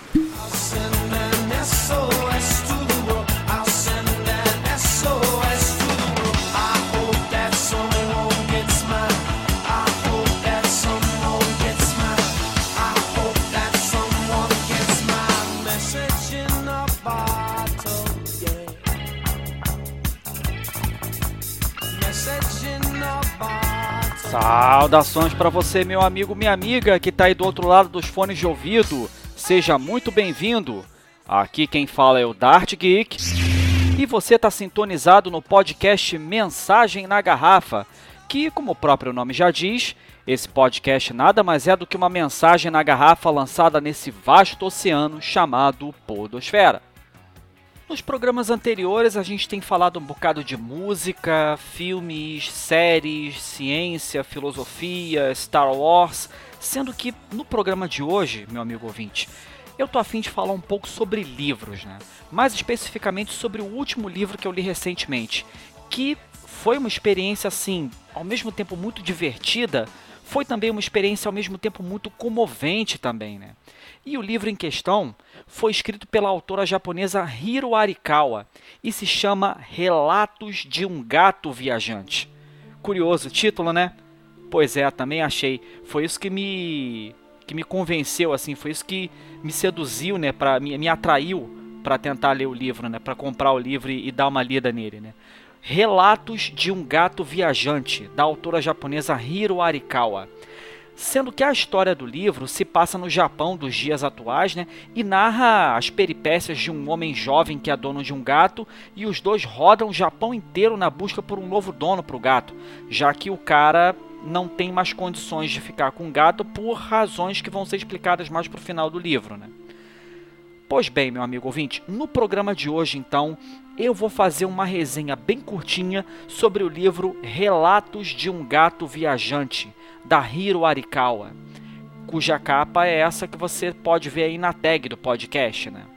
Saudações para você, meu amigo, minha amiga, que está aí do outro lado dos fones de ouvido. Seja muito bem-vindo. Aqui quem fala é o Dart Geek. E você está sintonizado no podcast Mensagem na Garrafa, que, como o próprio nome já diz, esse podcast nada mais é do que uma mensagem na garrafa lançada nesse vasto oceano chamado Podosfera. Nos programas anteriores a gente tem falado um bocado de música, filmes, séries, ciência, filosofia, Star Wars, sendo que no programa de hoje, meu amigo ouvinte, eu tô a fim de falar um pouco sobre livros, né? Mais especificamente sobre o último livro que eu li recentemente, que foi uma experiência assim, ao mesmo tempo muito divertida, foi também uma experiência ao mesmo tempo muito comovente também, né? E o livro em questão foi escrito pela autora japonesa Hiro Arikawa e se chama Relatos de um Gato Viajante. Curioso o título, né? Pois é, também achei. Foi isso que me convenceu, assim, foi isso que me seduziu, né? Me atraiu para tentar ler o livro, né? Para comprar o livro e dar uma lida nele, né? Relatos de um Gato Viajante, da autora japonesa Hiro Arikawa. Sendo que a história do livro se passa no Japão dos dias atuais, né, e narra as peripécias de um homem jovem que é dono de um gato, e os dois rodam o Japão inteiro na busca por um novo dono para o gato, já que o cara não tem mais condições de ficar com o gato por razões que vão ser explicadas mais para o final do livro, né? Pois bem, meu amigo ouvinte, no programa de hoje, então, eu vou fazer uma resenha bem curtinha sobre o livro Relatos de um Gato Viajante, da Hiro Arikawa, cuja capa é essa que você pode ver aí na tag do podcast, né?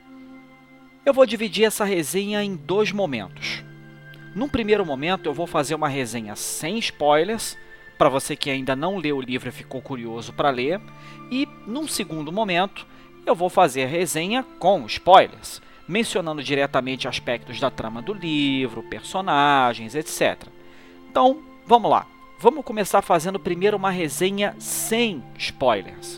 Eu vou dividir essa resenha em dois momentos. Num primeiro momento, eu vou fazer uma resenha sem spoilers, para você que ainda não leu o livro e ficou curioso para ler, e num segundo momento, eu vou fazer a resenha com spoilers, mencionando diretamente aspectos da trama do livro, personagens, etc. Então, vamos lá. Vamos começar fazendo primeiro uma resenha sem spoilers.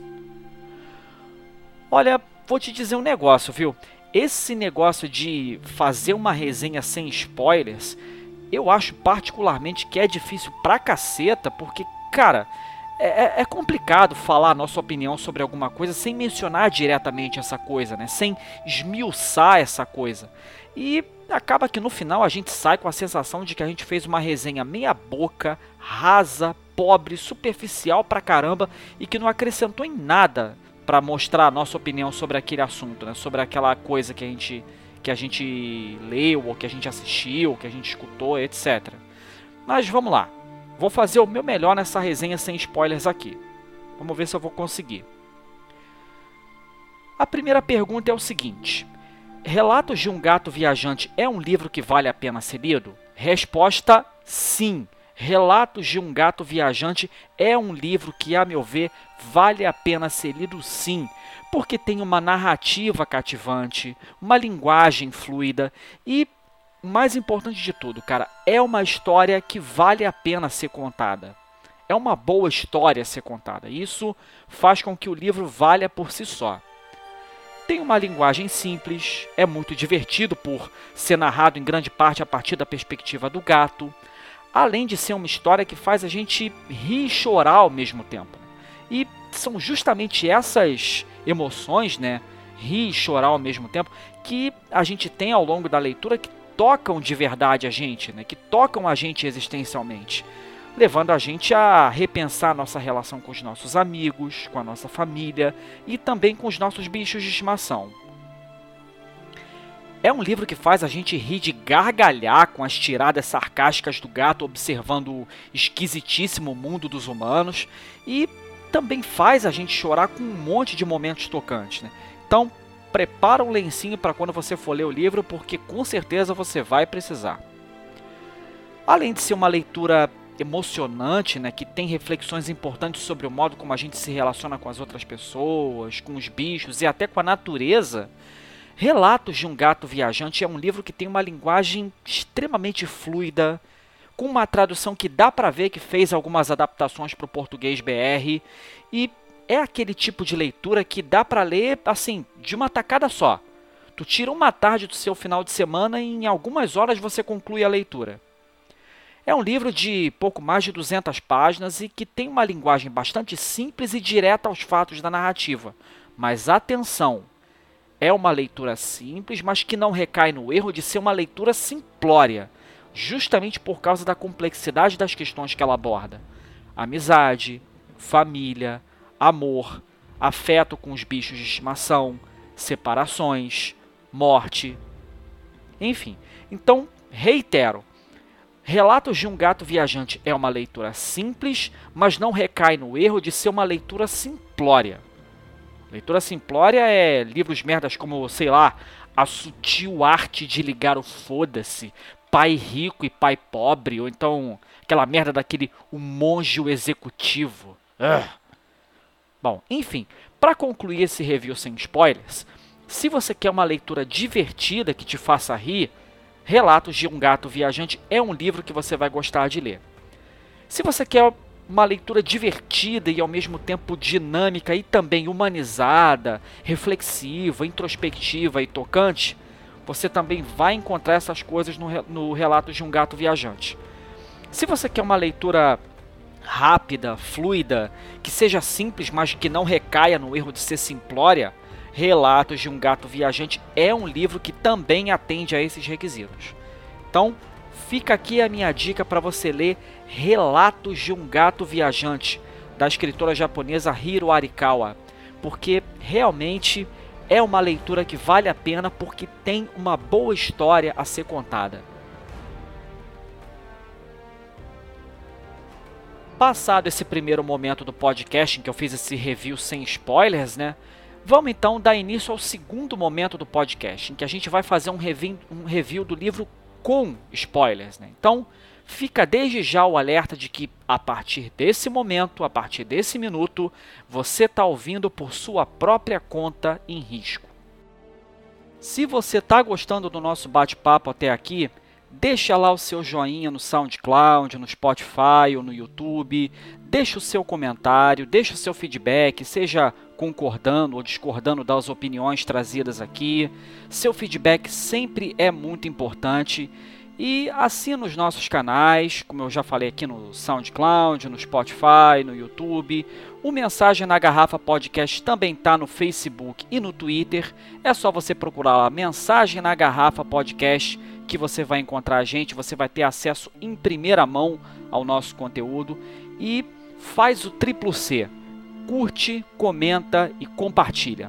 Olha, vou te dizer um negócio, viu? Esse negócio de fazer uma resenha sem spoilers, eu acho particularmente que é difícil pra caceta, porque, cara, é complicado falar a nossa opinião sobre alguma coisa sem mencionar diretamente essa coisa, né? Sem esmiuçar essa coisa. E acaba que no final a gente sai com a sensação de que a gente fez uma resenha meia boca, rasa, pobre, superficial pra caramba e que não acrescentou em nada pra mostrar a nossa opinião sobre aquele assunto, né? Sobre aquela coisa que a gente leu, ou que a gente assistiu, ou que a gente escutou, etc. Mas vamos lá. Vou fazer o meu melhor nessa resenha sem spoilers aqui. Vamos ver se eu vou conseguir. A primeira pergunta é o seguinte: Relatos de um Gato Viajante é um livro que vale a pena ser lido? Resposta: sim. Relatos de um Gato Viajante é um livro que, a meu ver, vale a pena ser lido sim, porque tem uma narrativa cativante, uma linguagem fluida e, o mais importante de tudo, cara, é uma história que vale a pena ser contada. É uma boa história a ser contada. Isso faz com que o livro valha por si só. Tem uma linguagem simples, é muito divertido por ser narrado em grande parte a partir da perspectiva do gato, além de ser uma história que faz a gente rir e chorar ao mesmo tempo. E são justamente essas emoções, né, rir e chorar ao mesmo tempo, que a gente tem ao longo da leitura que tocam de verdade a gente, né, que tocam a gente existencialmente, levando a gente a repensar a nossa relação com os nossos amigos, com a nossa família e também com os nossos bichos de estimação. É um livro que faz a gente rir de gargalhar com as tiradas sarcásticas do gato observando o esquisitíssimo mundo dos humanos e também faz a gente chorar com um monte de momentos tocantes, né? Então, prepara um lencinho para quando você for ler o livro, porque com certeza você vai precisar. Além de ser uma leitura emocionante, né, que tem reflexões importantes sobre o modo como a gente se relaciona com as outras pessoas, com os bichos e até com a natureza, Relatos de um Gato Viajante é um livro que tem uma linguagem extremamente fluida, com uma tradução que dá para ver que fez algumas adaptações para o português BR, e é aquele tipo de leitura que dá para ler assim, de uma tacada só. Tu tira uma tarde do seu final de semana e em algumas horas você conclui a leitura. É um livro de pouco mais de 200 páginas e que tem uma linguagem bastante simples e direta aos fatos da narrativa. Mas atenção! É uma leitura simples, mas que não recai no erro de ser uma leitura simplória, justamente por causa da complexidade das questões que ela aborda. Amizade, família, amor, afeto com os bichos de estimação, separações, morte, enfim. Então, reitero, Relatos de um Gato Viajante é uma leitura simples, mas não recai no erro de ser uma leitura simplória. Leitura simplória é livros merdas como, sei lá, A Sutil Arte de Ligar o Foda-se, Pai Rico e Pai Pobre, ou então aquela merda daquele O Monge o Executivo. Bom, enfim, para concluir esse review sem spoilers, se você quer uma leitura divertida que te faça rir, Relatos de um Gato Viajante é um livro que você vai gostar de ler. Se você quer uma leitura divertida e ao mesmo tempo dinâmica e também humanizada, reflexiva, introspectiva e tocante, você também vai encontrar essas coisas no Relatos de um Gato Viajante. Se você quer uma leitura rápida, fluida, que seja simples, mas que não recaia no erro de ser simplória, Relatos de um Gato Viajante é um livro que também atende a esses requisitos. Então, fica aqui a minha dica para você ler Relatos de um Gato Viajante, da escritora japonesa Hiro Arikawa, porque realmente é uma leitura que vale a pena porque tem uma boa história a ser contada. Passado esse primeiro momento do podcast em que eu fiz esse review sem spoilers, né? Vamos então dar início ao segundo momento do podcast, em que a gente vai fazer um review do livro com spoilers, né? Então, fica desde já o alerta de que a partir desse momento, a partir desse minuto, você está ouvindo por sua própria conta em risco. Se você está gostando do nosso bate-papo até aqui, deixa lá o seu joinha no SoundCloud, no Spotify ou no YouTube, deixa o seu comentário, deixa o seu feedback, seja concordando ou discordando das opiniões trazidas aqui. Seu feedback sempre é muito importante. E assina os nossos canais, como eu já falei aqui no SoundCloud, no Spotify, no YouTube. O Mensagem na Garrafa Podcast também está no Facebook e no Twitter. É só você procurar lá Mensagem na Garrafa Podcast que você vai encontrar a gente. Você vai ter acesso em primeira mão ao nosso conteúdo. E faz o triplo C. Curte, comenta e compartilha.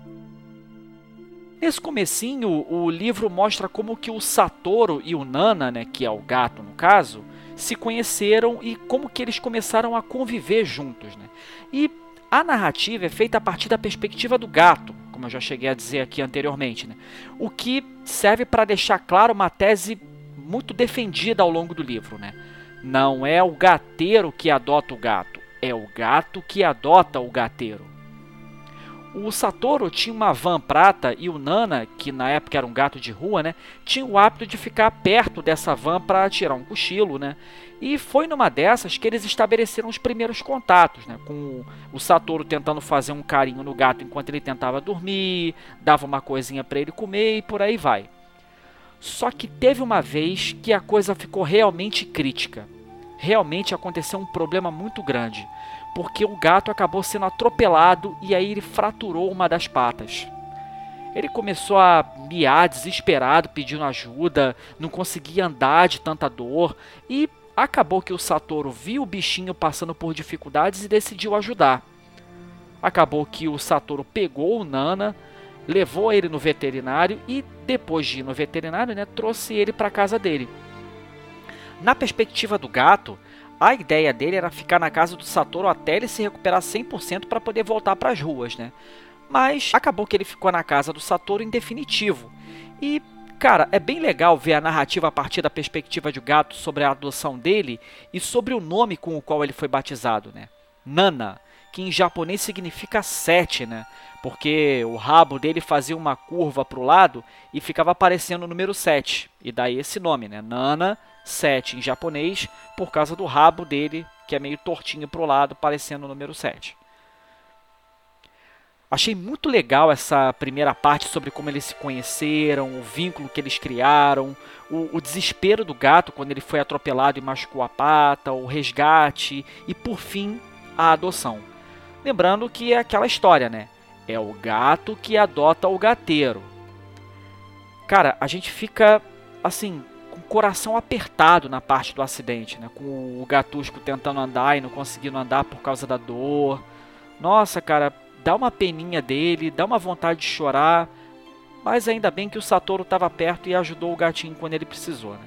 Nesse comecinho, o livro mostra como que o Satoru e o Nana, né, que é o gato no caso, se conheceram e como que eles começaram a conviver juntos, né? E a narrativa é feita a partir da perspectiva do gato, como eu já cheguei a dizer aqui anteriormente, né? O que serve para deixar claro uma tese muito defendida ao longo do livro, né? Não é o gateiro que adota o gato, é o gato que adota o gateiro. O Satoru tinha uma van prata e o Nana, que na época era um gato de rua, né, tinha o hábito de ficar perto dessa van para tirar um cochilo, né? E foi numa dessas que eles estabeleceram os primeiros contatos, né, com o Satoru tentando fazer um carinho no gato enquanto ele tentava dormir, dava uma coisinha para ele comer e por aí vai. Só que teve uma vez que a coisa ficou realmente crítica. Realmente aconteceu um problema muito grande, porque o gato acabou sendo atropelado e aí ele fraturou uma das patas. Ele começou a miar desesperado, pedindo ajuda, não conseguia andar de tanta dor e acabou que o Satoru viu o bichinho passando por dificuldades e decidiu ajudar. Acabou que o Satoru pegou o Nana, levou ele no veterinário e depois de ir no veterinário, né, trouxe ele para a casa dele. Na perspectiva do gato, a ideia dele era ficar na casa do Satoru até ele se recuperar 100% para poder voltar para as ruas, né? Mas acabou que ele ficou na casa do Satoru em definitivo. E cara, é bem legal ver a narrativa a partir da perspectiva de gato sobre a adoção dele e sobre o nome com o qual ele foi batizado, né? Nana, que em japonês significa 7, né? Porque o rabo dele fazia uma curva para o lado e ficava aparecendo o número 7. E daí esse nome, né? Nana, 7 em japonês, por causa do rabo dele, que é meio tortinho para o lado, parecendo o número 7. Achei muito legal essa primeira parte sobre como eles se conheceram, o vínculo que eles criaram, o desespero do gato quando ele foi atropelado e machucou a pata, o resgate e, por fim, a adoção. Lembrando que é aquela história, né? É o gato que adota o gateiro. Cara, a gente fica, assim, com o coração apertado na parte do acidente, né? Com o gatusco tentando andar e não conseguindo andar por causa da dor. Nossa, cara, dá uma peninha dele, dá uma vontade de chorar, mas ainda bem que o Satoru estava perto e ajudou o gatinho quando ele precisou, né?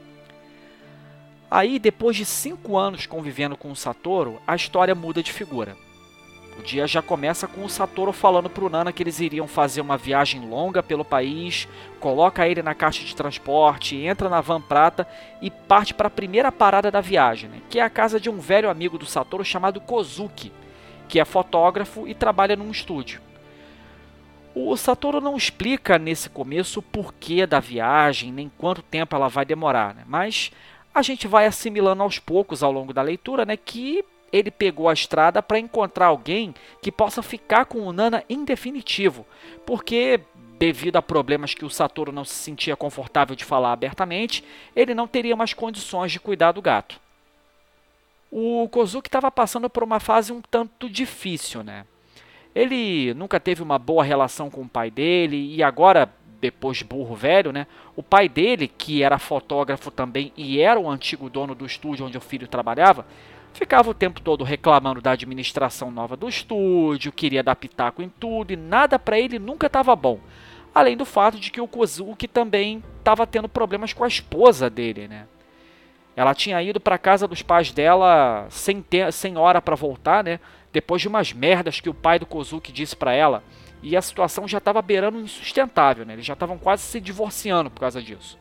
Aí, depois de 5 anos convivendo com o Satoru, a história muda de figura. O dia já começa com o Satoru falando pro Nana que eles iriam fazer uma viagem longa pelo país, coloca ele na caixa de transporte, entra na van prata e parte para a primeira parada da viagem, né? Que é a casa de um velho amigo do Satoru chamado Kozuki, que é fotógrafo e trabalha num estúdio. O Satoru não explica nesse começo o porquê da viagem, nem quanto tempo ela vai demorar, né? Mas a gente vai assimilando aos poucos ao longo da leitura, né, que ele pegou a estrada para encontrar alguém que possa ficar com o Nana em definitivo, porque devido a problemas que o Satoru não se sentia confortável de falar abertamente, ele não teria mais condições de cuidar do gato. O Kozuki estava passando por uma fase um tanto difícil, né? Ele nunca teve uma boa relação com o pai dele e agora, depois de burro velho, né? O pai dele, que era fotógrafo também e era o antigo dono do estúdio onde o filho trabalhava, ficava o tempo todo reclamando da administração nova do estúdio, queria dar pitaco em tudo e nada para ele nunca estava bom. Além do fato de que o Kozuki também estava tendo problemas com a esposa dele, né? Ela tinha ido para casa dos pais dela sem hora para voltar, né? Depois de umas merdas que o pai do Kozuki disse para ela. E a situação já estava beirando insustentável, né? Eles já estavam quase se divorciando por causa disso.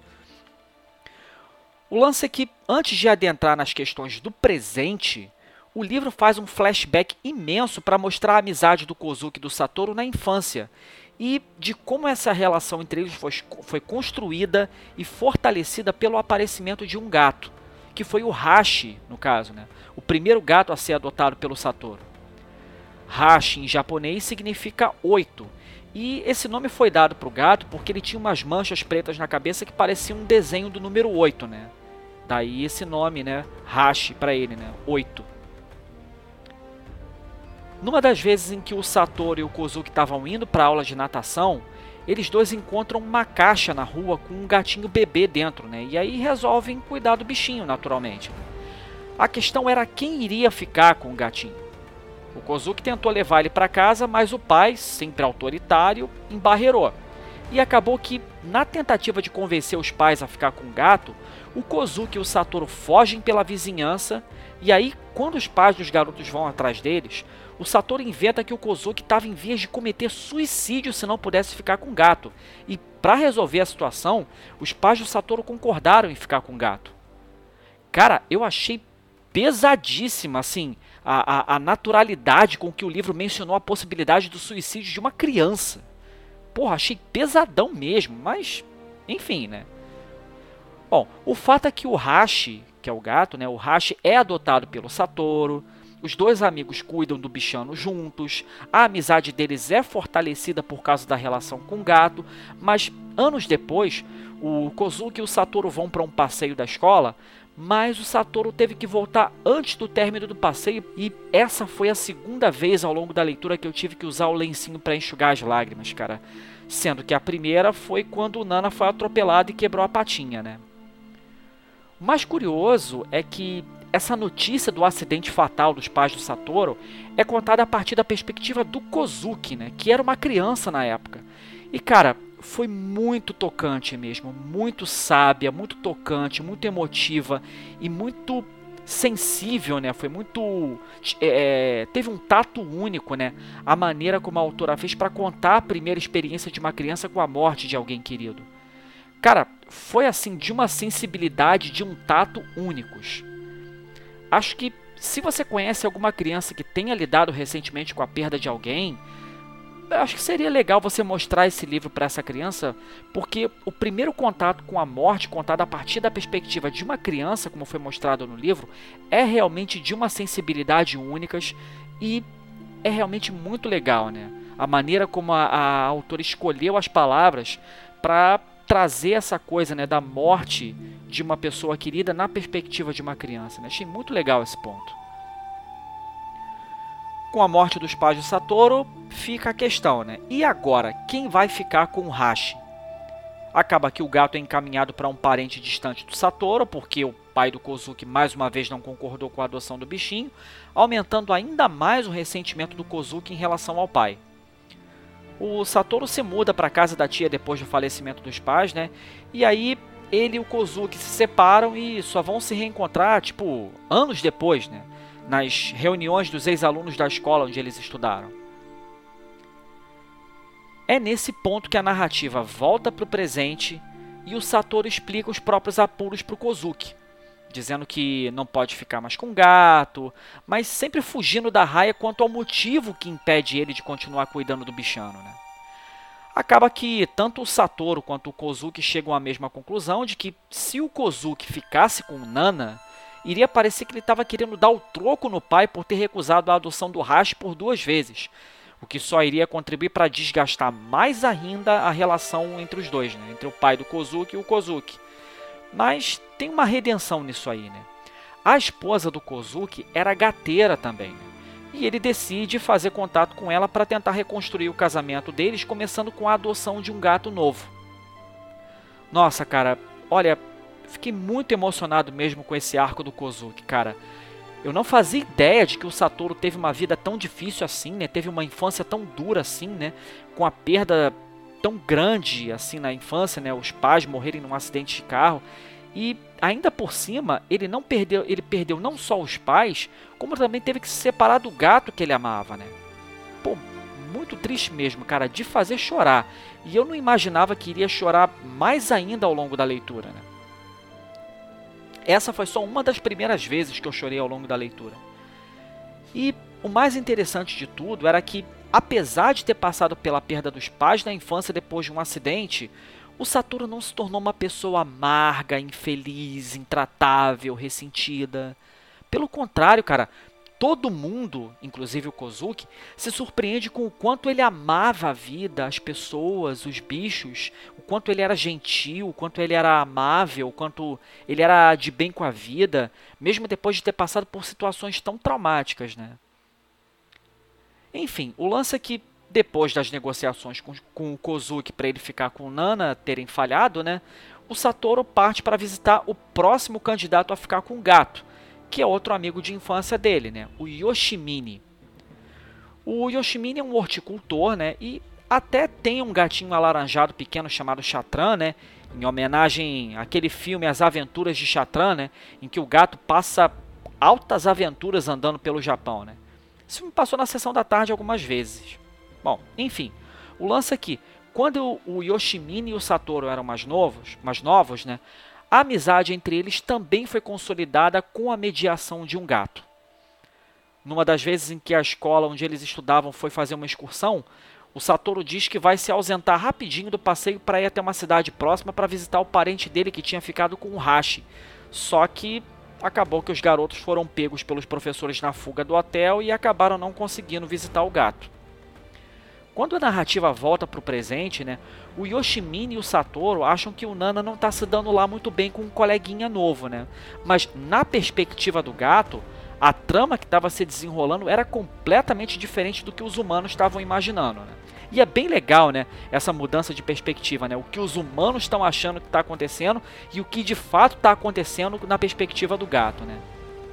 O lance é que, antes de adentrar nas questões do presente, o livro faz um flashback imenso para mostrar a amizade do Kozuki e do Satoru na infância e de como essa relação entre eles foi construída e fortalecida pelo aparecimento de um gato, que foi o Hashi, no caso, né? O primeiro gato a ser adotado pelo Satoru. Hashi, em japonês, significa 8, e esse nome foi dado para o gato porque ele tinha umas manchas pretas na cabeça que pareciam um desenho do número 8, né? Daí esse nome, né? Hashi para ele, né? 8. Numa das vezes em que o Satoru e o Kozuki estavam indo para a aula de natação, eles dois encontram uma caixa na rua com um gatinho bebê dentro, né? E aí resolvem cuidar do bichinho, naturalmente. A questão era quem iria ficar com o gatinho. O Kozuki tentou levar ele para casa, mas o pai, sempre autoritário, embarreirou. E acabou que, na tentativa de convencer os pais a ficar com o gato, o Kozuki e o Satoru fogem pela vizinhança, e aí, quando os pais dos garotos vão atrás deles, o Satoru inventa que o Kozuki estava em vias de cometer suicídio se não pudesse ficar com o gato. E, para resolver a situação, os pais do Satoru concordaram em ficar com o gato. Cara, eu achei pesadíssima, assim, a naturalidade com que o livro mencionou a possibilidade do suicídio de uma criança. Porra, achei pesadão mesmo, mas, enfim, né? Bom, o fato é que o Hashi, que é o gato, né? O Hashi é adotado pelo Satoru, os dois amigos cuidam do bichano juntos, a amizade deles é fortalecida por causa da relação com o gato, mas anos depois, o Kozuki e o Satoru vão para um passeio da escola, mas o Satoru teve que voltar antes do término do passeio e essa foi a segunda vez ao longo da leitura que eu tive que usar o lencinho para enxugar as lágrimas, cara. Sendo que a primeira foi quando o Nana foi atropelado e quebrou a patinha, né? O mais curioso é que essa notícia do acidente fatal dos pais do Satoru é contada a partir da perspectiva do Kozuki, né? Que era uma criança na época. E, cara, foi muito tocante mesmo, muito sábia, muito tocante, muito emotiva e muito sensível, né? Foi muito... teve um tato único, né? A maneira como a autora fez para contar a primeira experiência de uma criança com a morte de alguém querido. Cara, foi assim de uma sensibilidade, de um tato únicos. Acho que se você conhece alguma criança que tenha lidado recentemente com a perda de alguém, eu acho que seria legal você mostrar esse livro para essa criança, porque o primeiro contato com a morte, contado a partir da perspectiva de uma criança, como foi mostrado no livro, é realmente de uma sensibilidade únicas e é realmente muito legal, né? A maneira como a autora escolheu as palavras para trazer essa coisa, né, da morte de uma pessoa querida na perspectiva de uma criança, né? Achei muito legal esse ponto. Com a morte dos pais de Satoru, fica a questão, né? E agora, quem vai ficar com o Hashi? Acaba que o gato é encaminhado para um parente distante do Satoru, porque o pai do Kozuki mais uma vez não concordou com a adoção do bichinho, aumentando ainda mais o ressentimento do Kozuki em relação ao pai. O Satoru se muda para a casa da tia depois do falecimento dos pais, né? E aí ele e o Kozuki se separam e só vão se reencontrar, tipo, anos depois, né? Nas reuniões dos ex-alunos da escola onde eles estudaram. É nesse ponto que a narrativa volta para o presente e o Satoru explica os próprios apuros para o Kozuki, dizendo que não pode ficar mais com o gato, mas sempre fugindo da raia quanto ao motivo que impede ele de continuar cuidando do bichano, né? Acaba que tanto o Satoru quanto o Kozuki chegam à mesma conclusão de que se o Kozuki ficasse com o Nana, iria parecer que ele estava querendo dar o troco no pai por ter recusado a adoção do Hashi por 2 vezes, o que só iria contribuir para desgastar mais ainda a relação entre os dois, né? Entre o pai do Kozuki e o Kozuki. Mas tem uma redenção nisso aí, né? A esposa do Kozuki era gateira também, né? E ele decide fazer contato com ela para tentar reconstruir o casamento deles, começando com a adoção de um gato novo. Nossa, cara, olha, fiquei muito emocionado mesmo com esse arco do Kozuki, cara. Eu não fazia ideia de que o Satoru teve uma vida tão difícil assim, né? Teve uma infância tão dura assim, né? Com a perda tão grande assim na infância, né? Os pais morrerem num acidente de carro. E ainda por cima, ele perdeu não só os pais, como também teve que se separar do gato que ele amava, né? Pô, muito triste mesmo, cara, de fazer chorar. E eu não imaginava que iria chorar mais ainda ao longo da leitura, né? Essa foi só uma das primeiras vezes que eu chorei ao longo da leitura. E o mais interessante de tudo era que, apesar de ter passado pela perda dos pais na infância depois de um acidente, o Satoru não se tornou uma pessoa amarga, infeliz, intratável, ressentida. Pelo contrário, cara, todo mundo, inclusive o Kozuki, se surpreende com o quanto ele amava a vida, as pessoas, os bichos, o quanto ele era gentil, o quanto ele era amável, o quanto ele era de bem com a vida, mesmo depois de ter passado por situações tão traumáticas, né? Enfim, o lance é que depois das negociações com o Kozuki para ele ficar com o Nana terem falhado, né, o Satoru parte para visitar o próximo candidato a ficar com o gato, que é outro amigo de infância dele, né, o Yoshimine. O Yoshimine é um horticultor, né, e até tem um gatinho alaranjado pequeno chamado Chatran, né, em homenagem àquele filme As Aventuras de Chatran, né, em que o gato passa altas aventuras andando pelo Japão, né. Esse filme passou na sessão da tarde algumas vezes. Bom, enfim, o lance é que quando o Yoshimine e o Satoru eram mais novos, né, a amizade entre eles também foi consolidada com a mediação de um gato. Numa das vezes em que a escola onde eles estudavam foi fazer uma excursão, o Satoru diz que vai se ausentar rapidinho do passeio para ir até uma cidade próxima para visitar o parente dele que tinha ficado com o Hashi. Só que acabou que os garotos foram pegos pelos professores na fuga do hotel e acabaram não conseguindo visitar o gato. Quando a narrativa volta para o presente, né, o Yoshimine e o Satoru acham que o Nana não está se dando lá muito bem com um coleguinha novo, né? Mas na perspectiva do gato, a trama que estava se desenrolando era completamente diferente do que os humanos estavam imaginando, né? E é bem legal, né, essa mudança de perspectiva, né? O que os humanos estão achando que está acontecendo e o que de fato está acontecendo na perspectiva do gato, né?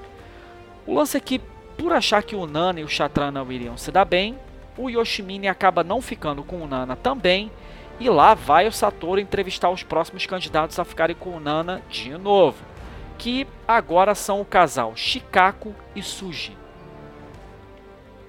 O lance é que, por achar que o Nana e o Chatran não iriam se dar bem, o Yoshimine acaba não ficando com o Nana também, e lá vai o Satoru entrevistar os próximos candidatos a ficarem com o Nana de novo, que agora são o casal Shikako e Suji.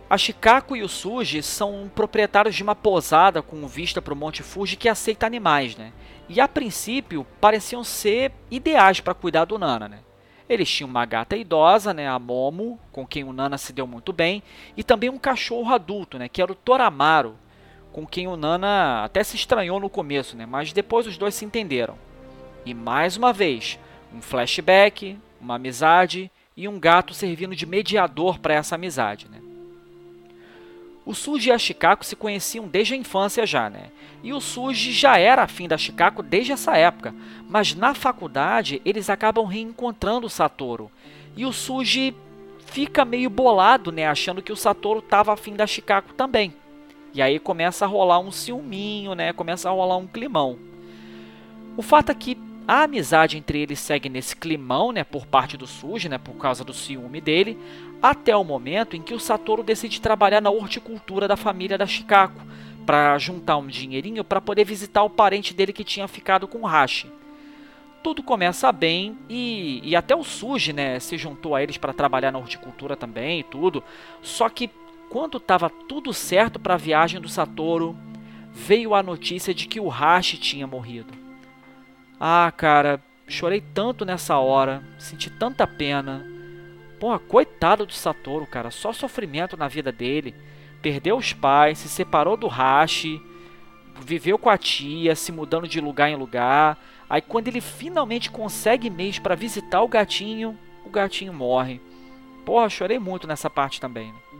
A Chikako e o Suji são proprietários de uma pousada com vista para o Monte Fuji que aceita animais, né? E a princípio pareciam ser ideais para cuidar do Nana, né? Eles tinham uma gata idosa, né, a Momo, com quem o Nana se deu muito bem, e também um cachorro adulto, né, que era o Toramaru, com quem o Nana até se estranhou no começo, né, mas depois os dois se entenderam. E mais uma vez, um flashback, uma amizade e um gato servindo de mediador para essa amizade, né? O Suji e a Chikako se conheciam desde a infância já, né? E o Suji já era afim da Chikako desde essa época, mas na faculdade eles acabam reencontrando o Satoru. E o Suji fica meio bolado, né? Achando que o Satoru estava afim da Chikako também. E aí começa a rolar um ciúminho, né? Começa a rolar um climão. O fato é que a amizade entre eles segue nesse climão, né? Por parte do Suji, né? Por causa do ciúme dele, até o momento em que o Satoru decide trabalhar na horticultura da família da Chikako, para juntar um dinheirinho para poder visitar o parente dele que tinha ficado com o Hashi. Tudo começa bem e até o Suji, né, se juntou a eles para trabalhar na horticultura também e tudo. Só que quando estava tudo certo para a viagem do Satoru, veio a notícia de que o Hashi tinha morrido. Ah, cara, chorei tanto nessa hora, senti tanta pena. Pô, coitado do Satoru, cara, só sofrimento na vida dele. Perdeu os pais, se separou do Hashi, viveu com a tia, se mudando de lugar em lugar. Aí quando ele finalmente consegue meios para visitar o gatinho morre. Porra, chorei muito nessa parte também, né?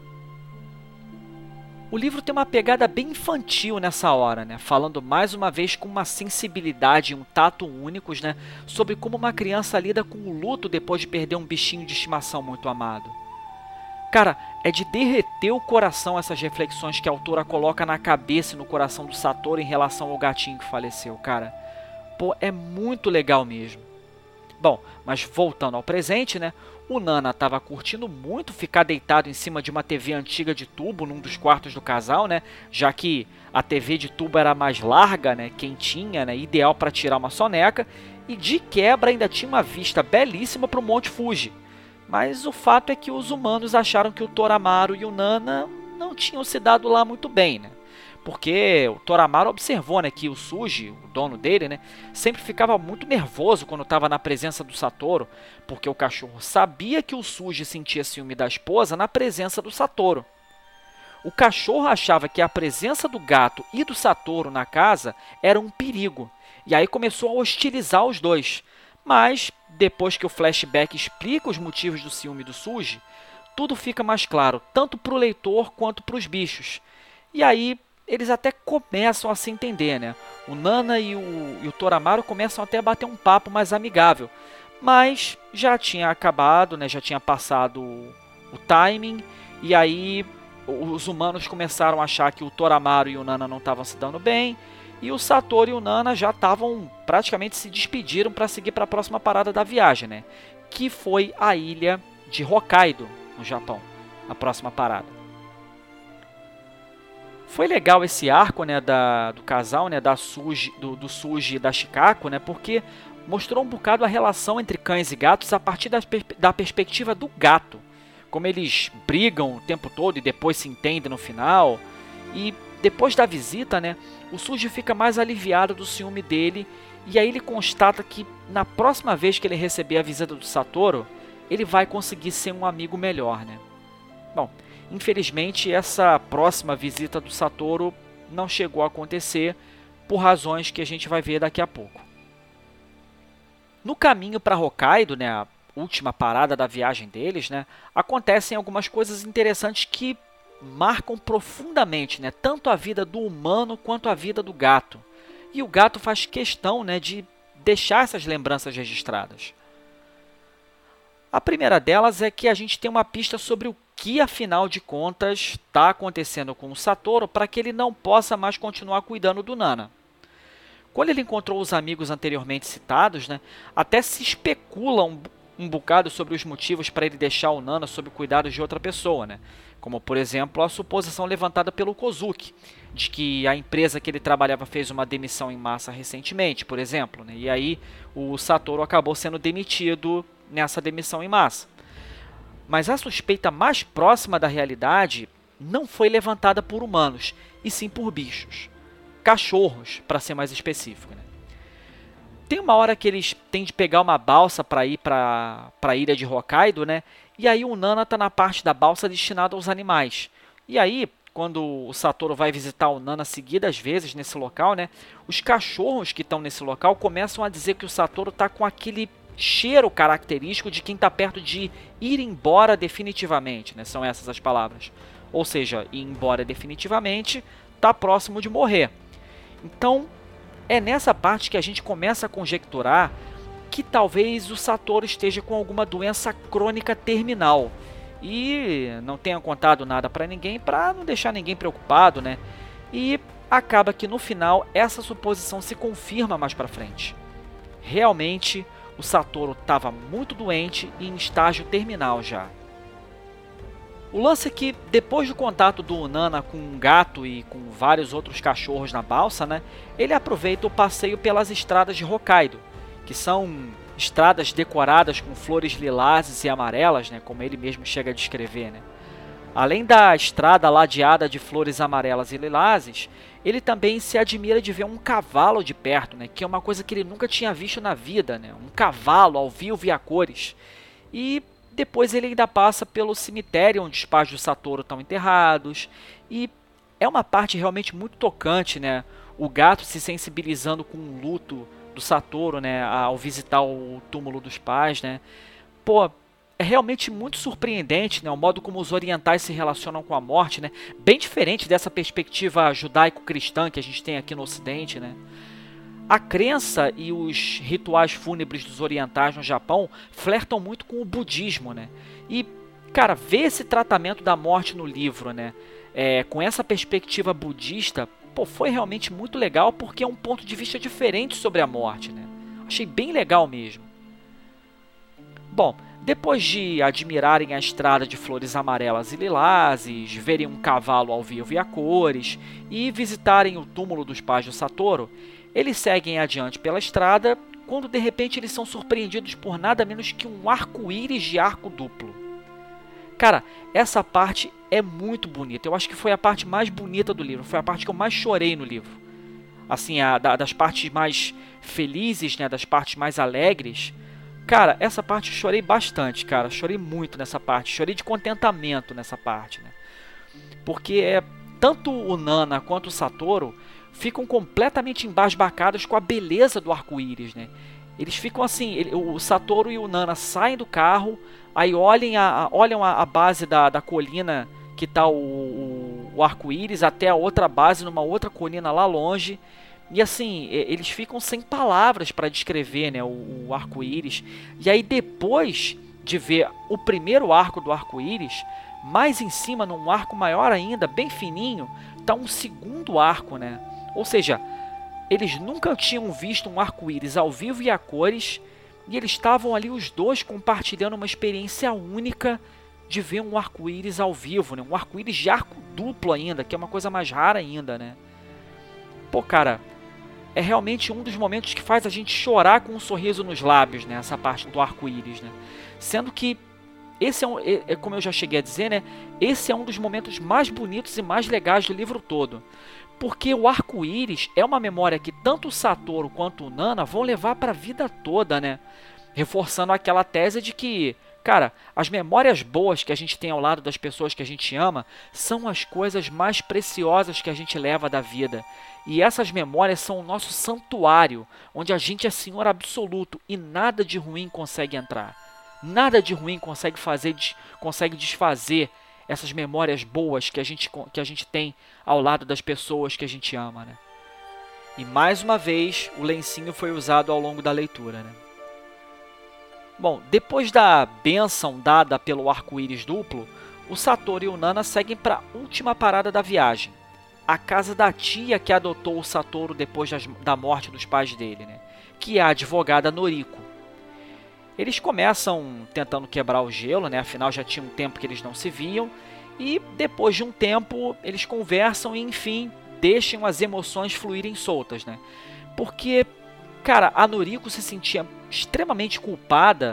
O livro tem uma pegada bem infantil nessa hora, né? Falando mais uma vez com uma sensibilidade e um tato únicos, né? Sobre como uma criança lida com o luto depois de perder um bichinho de estimação muito amado. Cara, é de derreter o coração essas reflexões que a autora coloca na cabeça e no coração do Satoru em relação ao gatinho que faleceu, cara. Pô, é muito legal mesmo. Bom, mas voltando ao presente, né? O Nana estava curtindo muito ficar deitado em cima de uma TV antiga de tubo num dos quartos do casal, né? Já que a TV de tubo era mais larga, né? Quentinha, né? Ideal para tirar uma soneca. E de quebra ainda tinha uma vista belíssima para o Monte Fuji. Mas o fato é que os humanos acharam que o Toramaru e o Nana não tinham se dado lá muito bem, né? Porque o Toramaru observou, né, que o Suji, o dono dele, né, sempre ficava muito nervoso quando estava na presença do Satoru, porque o cachorro sabia que o Suji sentia ciúme da esposa na presença do Satoru. O cachorro achava que a presença do gato e do Satoru na casa era um perigo, e aí começou a hostilizar os dois. Mas, depois que o flashback explica os motivos do ciúme do Suji, tudo fica mais claro, tanto para o leitor quanto para os bichos. E aí, eles até começam a se entender, né? O Nana e o Toramaru começam até a bater um papo mais amigável. Mas já tinha acabado, né? Já tinha passado o timing. E aí os humanos começaram a achar que o Toramaru e o Nana não estavam se dando bem. E o Satoru e o Nana já estavam, praticamente se despediram para seguir para a próxima parada da viagem, né? Que foi a ilha de Hokkaido, no Japão. A próxima parada. Foi legal esse arco, né, do casal, né, do Suji e da Chikako, né, porque mostrou um bocado a relação entre cães e gatos a partir da perspectiva do gato. Como eles brigam o tempo todo e depois se entendem no final. E depois da visita, né, o Suji fica mais aliviado do ciúme dele e aí ele constata que na próxima vez que ele receber a visita do Satoru, ele vai conseguir ser um amigo melhor, né. Bom, infelizmente, essa próxima visita do Satoru não chegou a acontecer por razões que a gente vai ver daqui a pouco. No caminho para Hokkaido, né, a última parada da viagem deles, né, acontecem algumas coisas interessantes que marcam profundamente, né, tanto a vida do humano quanto a vida do gato. E o gato faz questão, né, de deixar essas lembranças registradas. A primeira delas é que a gente tem uma pista sobre o que, afinal de contas, está acontecendo com o Satoru para que ele não possa mais continuar cuidando do Nana. Quando ele encontrou os amigos anteriormente citados, né, até se especula um bocado sobre os motivos para ele deixar o Nana sob o cuidado de outra pessoa, né? Como, por exemplo, a suposição levantada pelo Kozuki, de que a empresa que ele trabalhava fez uma demissão em massa recentemente, por exemplo, né? E aí o Satoru acabou sendo demitido nessa demissão em massa. Mas a suspeita mais próxima da realidade não foi levantada por humanos, e sim por bichos. Cachorros, para ser mais específico, né? Tem uma hora que eles têm de pegar uma balsa para ir para a ilha de Hokkaido, né? E aí o Nana está na parte da balsa destinada aos animais. E aí, quando o Satoru vai visitar o Nana seguidas vezes nesse local, né? Os cachorros que estão nesse local começam a dizer que o Satoru está com aquele cheiro característico de quem está perto de ir embora definitivamente, né? São essas as palavras. Ou seja, ir embora definitivamente, está próximo de morrer. Então, é nessa parte que a gente começa a conjecturar que talvez o Satoru esteja com alguma doença crônica terminal. E não tenha contado nada para ninguém, para não deixar ninguém preocupado, né? E acaba que no final essa suposição se confirma mais para frente. Realmente, o Satoru estava muito doente e em estágio terminal já. O lance é que, depois do contato do Nana com um gato e com vários outros cachorros na balsa, né, ele aproveita o passeio pelas estradas de Hokkaido, que são estradas decoradas com flores lilazes e amarelas, né, como ele mesmo chega a descrever, né. Além da estrada ladeada de flores amarelas e lilazes, ele também se admira de ver um cavalo de perto, né, que é uma coisa que ele nunca tinha visto na vida, né, um cavalo ao vivo e a cores. E depois ele ainda passa pelo cemitério onde os pais do Satoru estão enterrados. E é uma parte realmente muito tocante, né? O gato se sensibilizando com o luto do Satoru, né? Ao visitar o túmulo dos pais, né? Pô, é realmente muito surpreendente, né? O modo como os orientais se relacionam com a morte, né? Bem diferente dessa perspectiva judaico-cristã que a gente tem aqui no Ocidente, né? A crença e os rituais fúnebres dos orientais no Japão flertam muito com o budismo, né? E, cara, ver esse tratamento da morte no livro, né? Com essa perspectiva budista, pô, foi realmente muito legal porque é um ponto de vista diferente sobre a morte, né? Achei bem legal mesmo. Bom, depois de admirarem a estrada de flores amarelas e lilazes, verem um cavalo ao vivo e a cores e visitarem o túmulo dos pais do Satoru, eles seguem adiante pela estrada, quando de repente eles são surpreendidos por nada menos que um arco-íris de arco duplo. Cara, essa parte é muito bonita. Eu acho que foi a parte mais bonita do livro. Foi a parte que eu mais chorei no livro. Assim, das partes mais felizes, né, das partes mais alegres. Cara, essa parte eu chorei bastante, cara. Chorei muito nessa parte. Chorei de contentamento nessa parte, né? Porque tanto o Nana quanto o Satoru ficam completamente embasbacados com a beleza do arco-íris, né? Eles ficam assim, o Satoru e o Nana saem do carro, aí olham a base da colina que está o arco-íris até a outra base numa outra colina lá longe. E assim, eles ficam sem palavras para descrever, né, o arco-íris. E aí depois de ver o primeiro arco do arco-íris, mais em cima, num arco maior ainda, bem fininho, está um segundo arco, né? Ou seja, eles nunca tinham visto um arco-íris ao vivo e a cores, e eles estavam ali os dois compartilhando uma experiência única de ver um arco-íris ao vivo, né? Um arco-íris de arco duplo ainda, que é uma coisa mais rara ainda, né? Pô, cara, é realmente um dos momentos que faz a gente chorar com um sorriso nos lábios, né? Essa parte do arco-íris, né? Sendo que esse como eu já cheguei a dizer, né? Esse é um dos momentos mais bonitos e mais legais do livro todo. Porque o arco-íris é uma memória que tanto o Satoru quanto o Nana vão levar para a vida toda, né? Reforçando aquela tese de que, cara, as memórias boas que a gente tem ao lado das pessoas que a gente ama são as coisas mais preciosas que a gente leva da vida. E essas memórias são o nosso santuário, onde a gente é senhor absoluto e nada de ruim consegue entrar. Nada de ruim consegue desfazer essas memórias boas que a gente tem ao lado das pessoas que a gente ama, né? E mais uma vez, o lencinho foi usado ao longo da leitura, né? Bom, depois da bênção dada pelo arco-íris duplo, o Satoru e o Nana seguem para a última parada da viagem, a casa da tia que adotou o Satoru depois da morte dos pais dele, né? Que é a advogada Noriko. Eles começam tentando quebrar o gelo, né? Afinal já tinha um tempo que eles não se viam, e depois de um tempo eles conversam e enfim deixam as emoções fluírem soltas, né? Porque, cara, a Noriko se sentia extremamente culpada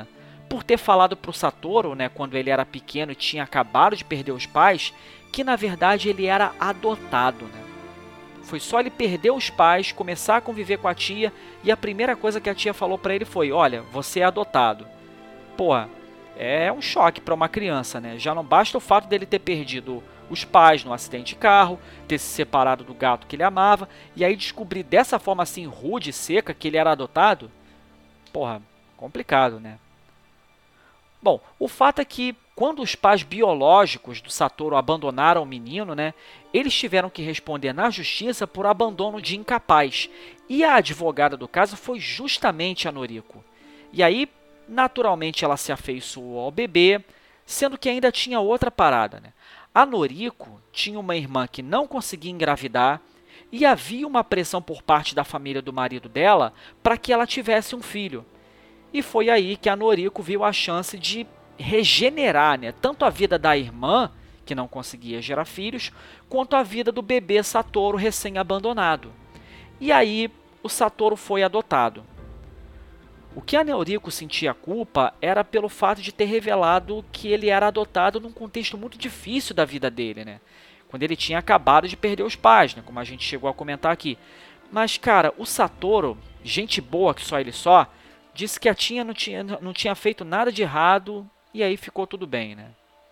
por ter falado para o Satoru, né, quando ele era pequeno e tinha acabado de perder os pais, que na verdade ele era adotado, né? Foi só ele perder os pais, começar a conviver com a tia, e a primeira coisa que a tia falou para ele foi: olha, você é adotado. Pô, é um choque para uma criança, né? Já não basta o fato dele ter perdido os pais no acidente de carro, ter se separado do gato que ele amava, e aí descobrir dessa forma assim rude e seca que ele era adotado. Porra, complicado, né? Bom, o fato é que quando os pais biológicos do Satoru abandonaram o menino, né, eles tiveram que responder na justiça por abandono de incapaz. E a advogada do caso foi justamente a Noriko. E aí, naturalmente, ela se afeiçoou ao bebê, sendo que ainda tinha outra parada, né? A Noriko tinha uma irmã que não conseguia engravidar e havia uma pressão por parte da família do marido dela para que ela tivesse um filho. E foi aí que a Noriko viu a chance de regenerar, né, tanto a vida da irmã, que não conseguia gerar filhos, quanto a vida do bebê Satoru recém-abandonado. E aí o Satoru foi adotado. O que a Noriko sentia culpa era pelo fato de ter revelado que ele era adotado num contexto muito difícil da vida dele, né? Quando ele tinha acabado de perder os pais, né, como a gente chegou a comentar aqui. Mas, cara, o Satoru, gente boa que só ele só, disse que a tia não tinha feito nada de errado e aí ficou tudo bem, né?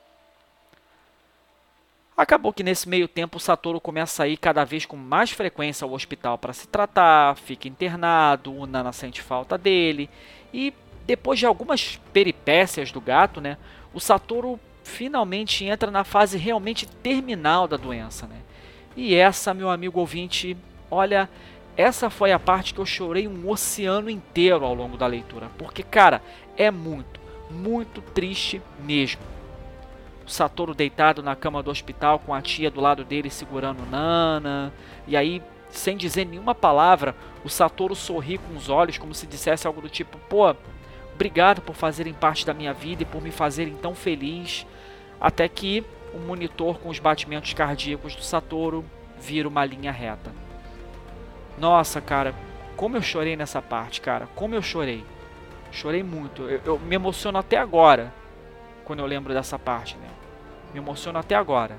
Acabou que nesse meio tempo o Satoru começa a ir cada vez com mais frequência ao hospital para se tratar, fica internado, o Nana sente falta dele e depois de algumas peripécias do gato, né, o Satoru finalmente entra na fase realmente terminal da doença, né? E essa, meu amigo ouvinte, olha, essa foi a parte que eu chorei um oceano inteiro ao longo da leitura, porque, cara, é muito, muito triste mesmo. O Satoru deitado na cama do hospital com a tia do lado dele segurando Nana, e aí, sem dizer nenhuma palavra, o Satoru sorri com os olhos como se dissesse algo do tipo: pô, obrigado por fazerem parte da minha vida e por me fazerem tão feliz. Até que o monitor com os batimentos cardíacos do Satoru vira uma linha reta. Nossa, cara, como eu chorei nessa parte, cara, como eu chorei. Chorei muito, eu me emociono até agora, quando eu lembro dessa parte, né? Me emociono até agora.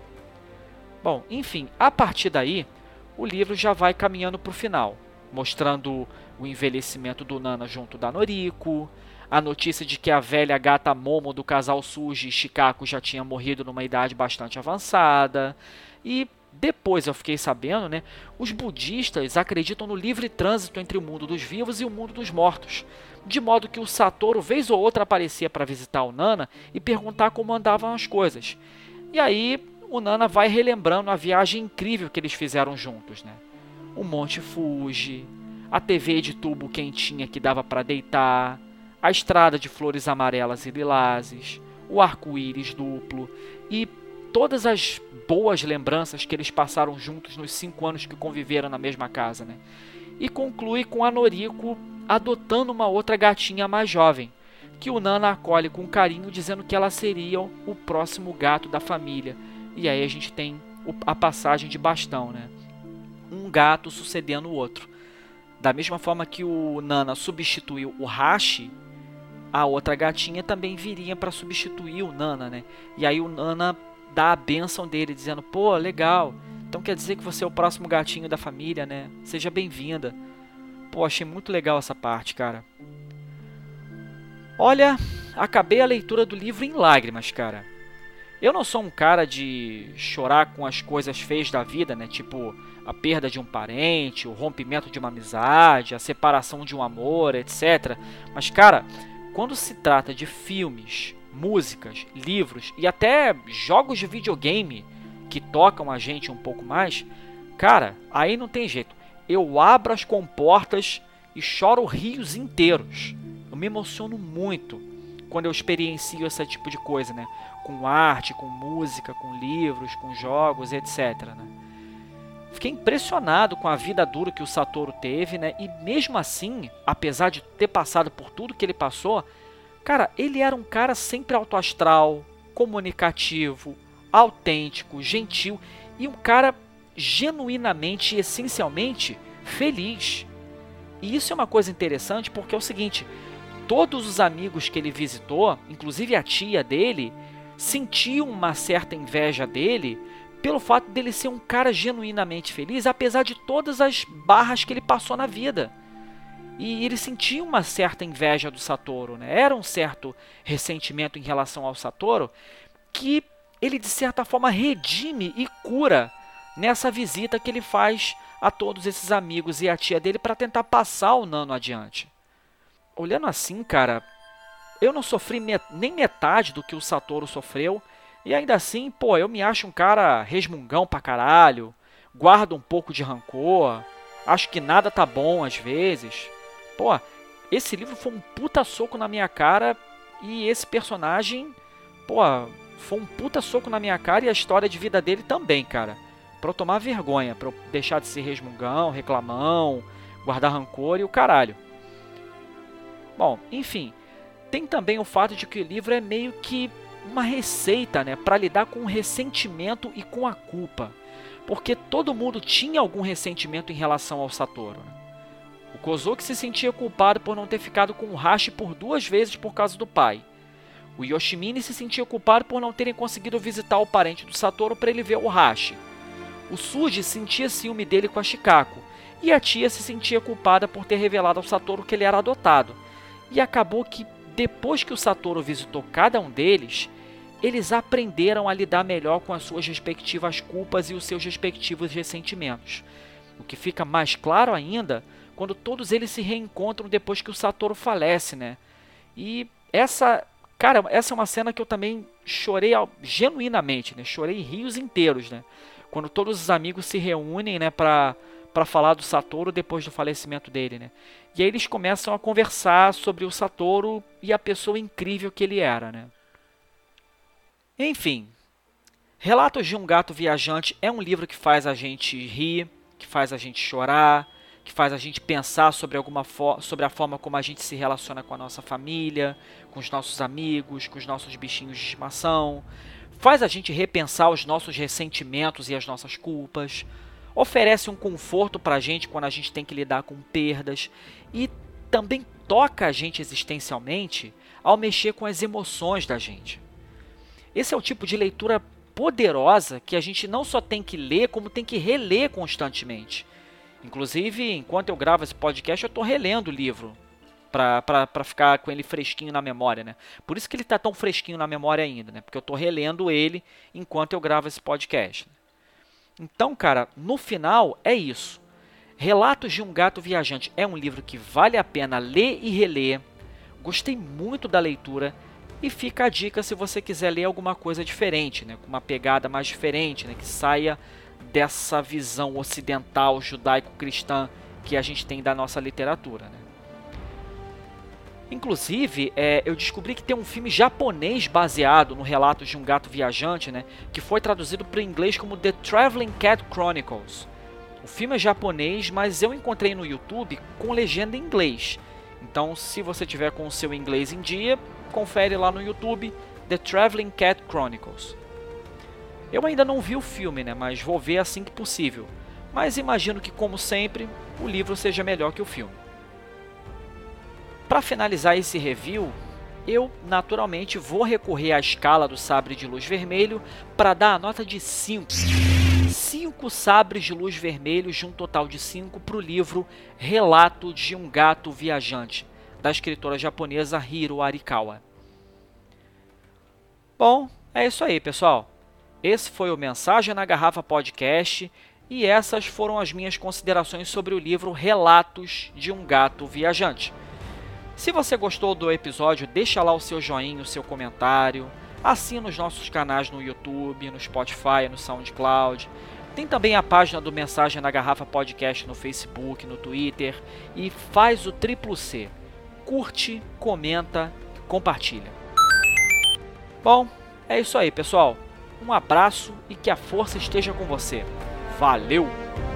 Bom, enfim, a partir daí, o livro já vai caminhando para o final, mostrando o envelhecimento do Nana junto da Noriko, a notícia de que a velha gata Momo do casal Suji e Shikako já tinha morrido numa idade bastante avançada, e depois eu fiquei sabendo, né, os budistas acreditam no livre trânsito entre o mundo dos vivos e o mundo dos mortos, de modo que o Satoru vez ou outra aparecia para visitar o Nana e perguntar como andavam as coisas. E aí o Nana vai relembrando a viagem incrível que eles fizeram juntos, né? O Monte Fuji, a TV de tubo quentinha que dava para deitar, a estrada de flores amarelas e lilazes, o arco-íris duplo e todas as boas lembranças que eles passaram juntos nos 5 anos que conviveram na mesma casa, né? E conclui com a Noriko adotando uma outra gatinha mais jovem, que o Nana acolhe com carinho, dizendo que ela seria o próximo gato da família. E aí a gente tem a passagem de bastão, né? Um gato sucedendo o outro. Da mesma forma que o Nana substituiu o Hashi, a outra gatinha também viria para substituir o Nana, né? E aí o Nana dá a bênção dele, dizendo: pô, legal, então quer dizer que você é o próximo gatinho da família, né? Seja bem-vinda. Pô, achei muito legal essa parte, cara. Olha, acabei a leitura do livro em lágrimas, cara. Eu não sou um cara de chorar com as coisas feias da vida, né? Tipo, a perda de um parente, o rompimento de uma amizade, a separação de um amor, etc. Mas, cara, quando se trata de filmes, músicas, livros e até jogos de videogame que tocam a gente um pouco mais, cara, aí não tem jeito. Eu abro as comportas e choro rios inteiros. Eu me emociono muito quando eu experiencio esse tipo de coisa, né? Com arte, com música, com livros, com jogos, etc. Né? Fiquei impressionado com a vida dura que o Satoru teve, né? E mesmo assim, apesar de ter passado por tudo que ele passou, cara, ele era um cara sempre alto astral, comunicativo, autêntico, gentil e um cara genuinamente e essencialmente feliz. E isso é uma coisa interessante porque é o seguinte: todos os amigos que ele visitou, inclusive a tia dele, sentiam uma certa inveja dele pelo fato dele ser um cara genuinamente feliz, apesar de todas as barras que ele passou na vida. E ele sentia uma certa inveja do Satoru, né? Era um certo ressentimento em relação ao Satoru que ele, de certa forma, redime e cura nessa visita que ele faz a todos esses amigos e a tia dele para tentar passar o Nano adiante. Olhando assim, cara, eu não sofri nem metade do que o Satoru sofreu, e ainda assim, pô, eu me acho um cara resmungão pra caralho, guardo um pouco de rancor, acho que nada tá bom às vezes. Pô, esse livro foi um puta soco na minha cara, e esse personagem, pô, foi um puta soco na minha cara, e a história de vida dele também, cara. Pra eu tomar vergonha, pra eu deixar de ser resmungão, reclamão, guardar rancor e o caralho. Bom, enfim, tem também o fato de que o livro é meio que uma receita, né, para lidar com o ressentimento e com a culpa. Porque todo mundo tinha algum ressentimento em relação ao Satoru. Né? O Kozuki se sentia culpado por não ter ficado com o Hashi por 2 vezes por causa do pai. O Yoshimine se sentia culpado por não terem conseguido visitar o parente do Satoru para ele ver o Hashi. O Suji sentia ciúme dele com a Shikako. E a tia se sentia culpada por ter revelado ao Satoru que ele era adotado. E acabou que, depois que o Satoru visitou cada um deles, eles aprenderam a lidar melhor com as suas respectivas culpas e os seus respectivos ressentimentos. O que fica mais claro ainda quando todos eles se reencontram depois que o Satoru falece, né? E essa é uma cena que eu também chorei genuinamente, né? Chorei rios inteiros, né? Quando todos os amigos se reúnem, né, para falar do Satoru depois do falecimento dele, né? E aí eles começam a conversar sobre o Satoru e a pessoa incrível que ele era, né? Enfim, Relatos de um Gato Viajante é um livro que faz a gente rir, que faz a gente chorar, que faz a gente pensar sobre a forma como a gente se relaciona com a nossa família, com os nossos amigos, com os nossos bichinhos de estimação, faz a gente repensar os nossos ressentimentos e as nossas culpas, oferece um conforto para a gente quando a gente tem que lidar com perdas e também toca a gente existencialmente ao mexer com as emoções da gente. Esse é o tipo de leitura poderosa que a gente não só tem que ler, como tem que reler constantemente. Inclusive, enquanto eu gravo esse podcast, eu estou relendo o livro para ficar com ele fresquinho na memória, né? Por isso que ele está tão fresquinho na memória ainda, né? Porque eu estou relendo ele enquanto eu gravo esse podcast. Então, cara, no final é isso. Relatos de um Gato Viajante é um livro que vale a pena ler e reler. Gostei muito da leitura e fica a dica se você quiser ler alguma coisa diferente, né, com uma pegada mais diferente, né, que saia dessa visão ocidental judaico-cristã que a gente tem da nossa literatura. Né. Inclusive, eu descobri que tem um filme japonês baseado no Relatos de um Gato Viajante, né, que foi traduzido para o inglês como The Traveling Cat Chronicles. O filme é japonês, mas eu encontrei no YouTube com legenda em inglês. Então, se você tiver com o seu inglês em dia, confere lá no YouTube The Traveling Cat Chronicles. Eu ainda não vi o filme, né, mas vou ver assim que possível. Mas imagino que, como sempre, o livro seja melhor que o filme. Para finalizar esse review, eu naturalmente vou recorrer à escala do sabre de luz vermelho para dar a nota de 5. 5 sabres de luz vermelhos de um total de 5 para o livro Relato de um Gato Viajante, da escritora japonesa Hiro Arikawa. Bom, é isso aí, pessoal. Esse foi o Mensagem na Garrafa Podcast e essas foram as minhas considerações sobre o livro Relatos de um Gato Viajante. Se você gostou do episódio, deixa lá o seu joinha, o seu comentário, assina os nossos canais no YouTube, no Spotify, no SoundCloud. Tem também a página do Mensagem na Garrafa Podcast no Facebook, no Twitter e faz o triplo C. Curte, comenta, compartilha. Bom, é isso aí, pessoal. Um abraço e que a força esteja com você. Valeu!